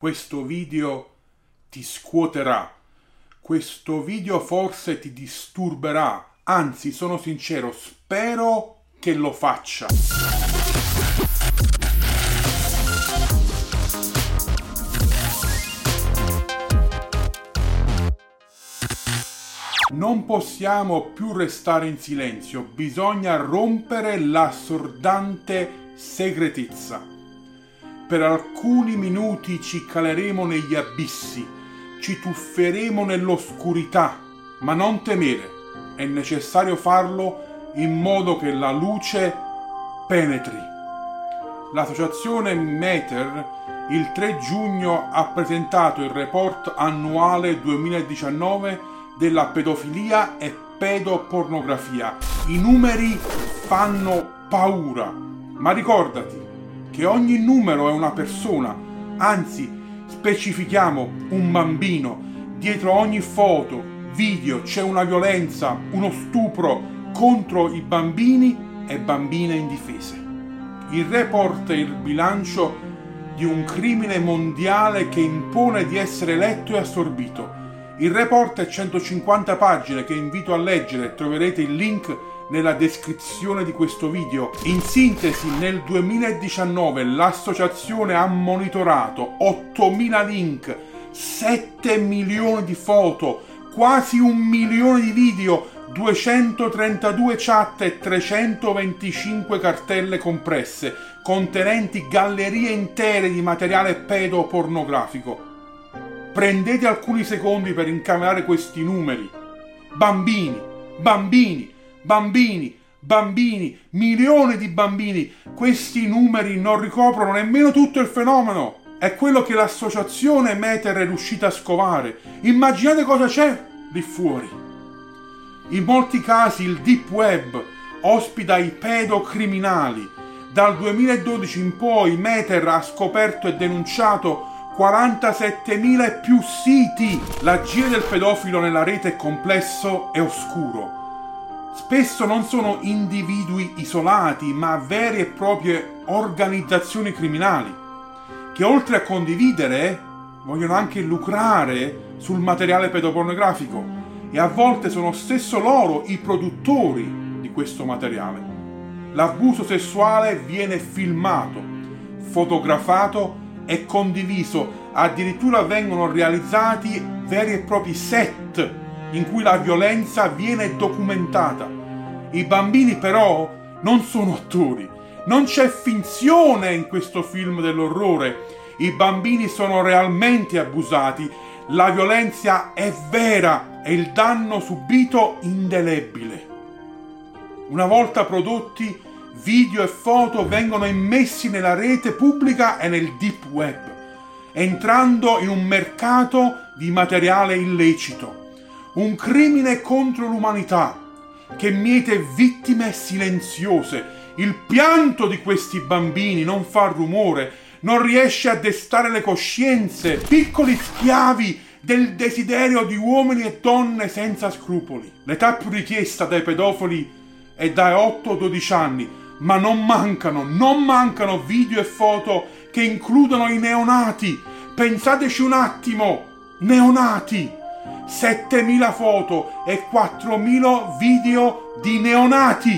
Questo video ti scuoterà, questo video forse ti disturberà, anzi sono sincero, spero che lo faccia. Non possiamo più restare in silenzio, bisogna rompere l'assordante segretezza. Per alcuni minuti ci caleremo negli abissi, ci tufferemo nell'oscurità, ma non temere, è necessario farlo in modo che la luce penetri. L'associazione Mater il 3 giugno ha presentato il report annuale 2019 della pedofilia e pedopornografia. I numeri fanno paura, ma ricordati che ogni numero è una persona, anzi specifichiamo un bambino. Dietro ogni foto, video c'è una violenza, uno stupro contro i bambini e bambine indifese. Il report è il bilancio di un crimine mondiale che impone di essere letto e assorbito. Il report è 150 pagine che invito a leggere, troverete il link nella descrizione di questo video. In sintesi, nel 2019 l'associazione ha monitorato 8.000 link, 7 milioni di foto, quasi 1 milione di video, 232 chat e 325 cartelle compresse, contenenti gallerie intere di materiale pedopornografico. Prendete alcuni secondi per incamerare questi numeri. Bambini, milioni di bambini. Questi numeri non ricoprono nemmeno tutto il fenomeno. È quello che l'associazione Mater è riuscita a scovare. Immaginate cosa c'è lì fuori. In molti casi il Deep Web ospita i pedocriminali. Dal 2012 in poi Mater ha scoperto e denunciato 47.000 e più siti. L'agire del pedofilo nella rete è complesso e oscuro. Spesso non sono individui isolati, ma vere e proprie organizzazioni criminali, che oltre a condividere, vogliono anche lucrare sul materiale pedopornografico, e a volte sono stesso loro i produttori di questo materiale. L'abuso sessuale viene filmato, fotografato e condiviso, addirittura vengono realizzati veri e propri set in cui la violenza viene documentata. I bambini però non sono attori, non c'è finzione in questo film dell'orrore. I bambini sono realmente abusati, la violenza è vera e il danno subito indelebile. Una volta prodotti, video e foto vengono immessi nella rete pubblica e nel deep web, entrando in un mercato di materiale illecito. Un crimine contro l'umanità che miete vittime silenziose. Il pianto di questi bambini non fa rumore, non riesce a destare le coscienze, piccoli schiavi del desiderio di uomini e donne senza scrupoli. L'età più richiesta dai pedofili è dai 8-12 anni, ma non mancano video e foto che includono i neonati. Pensateci un attimo, neonati! 7.000 foto e 4.000 video di neonati!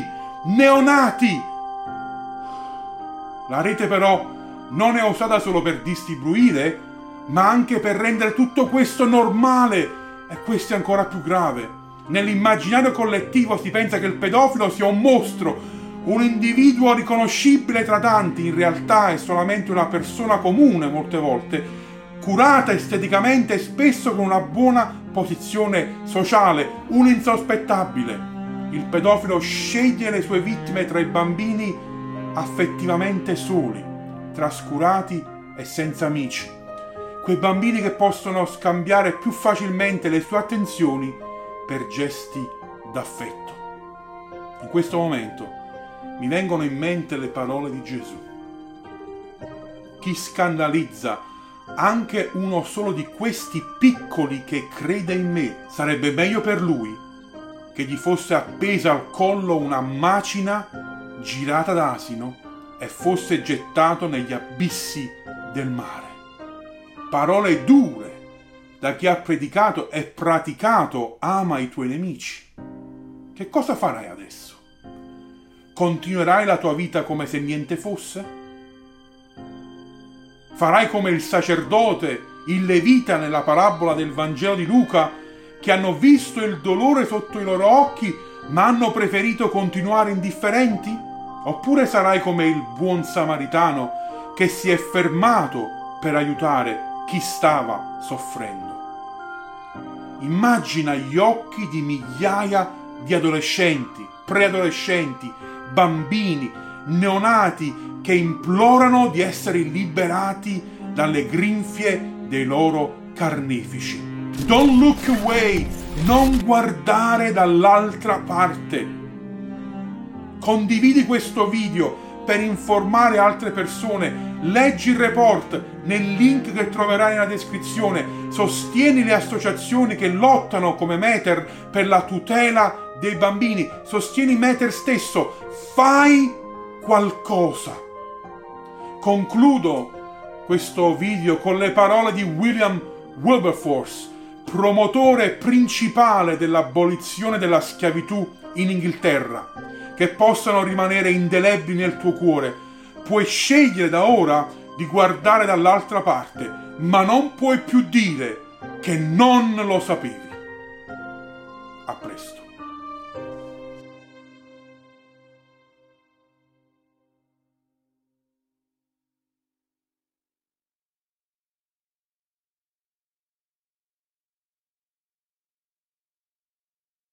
La rete però non è usata solo per distribuire, ma anche per rendere tutto questo normale, e questo è ancora più grave. Nell'immaginario collettivo si pensa che il pedofilo sia un mostro, un individuo riconoscibile tra tanti. In realtà è solamente una persona comune, molte volte, curata esteticamente e spesso con una buona posizione sociale, un insospettabile. Il pedofilo sceglie le sue vittime tra i bambini affettivamente soli, trascurati e senza amici. Quei bambini che possono scambiare più facilmente le sue attenzioni per gesti d'affetto. In questo momento mi vengono in mente le parole di Gesù. Chi scandalizza anche uno solo di questi piccoli che crede in me, sarebbe meglio per lui che gli fosse appesa al collo una macina girata d'asino e fosse gettato negli abissi del mare. parole dure da chi ha predicato e praticato ama i tuoi nemici. Che cosa farai adesso? Continuerai la tua vita come se niente fosse? Farai come il sacerdote, il levita nella parabola del Vangelo di Luca, che hanno visto il dolore sotto i loro occhi ma hanno preferito continuare indifferenti? Oppure sarai come il buon samaritano che si è fermato per aiutare chi stava soffrendo? Immagina gli occhi di migliaia di adolescenti, preadolescenti, bambini, neonati che implorano di essere liberati dalle grinfie dei loro carnefici. Don't look away, non guardare dall'altra parte. Condividi questo video per informare altre persone. Leggi il report nel link che troverai nella descrizione. Sostieni le associazioni che lottano come Meter per la tutela dei bambini. Sostieni Meter stesso. Fai qualcosa. Concludo questo video con le parole di William Wilberforce, promotore principale dell'abolizione della schiavitù in Inghilterra, che possano rimanere indelebili nel tuo cuore. Puoi scegliere da ora di guardare dall'altra parte, ma non puoi più dire che non lo sapevi. A presto.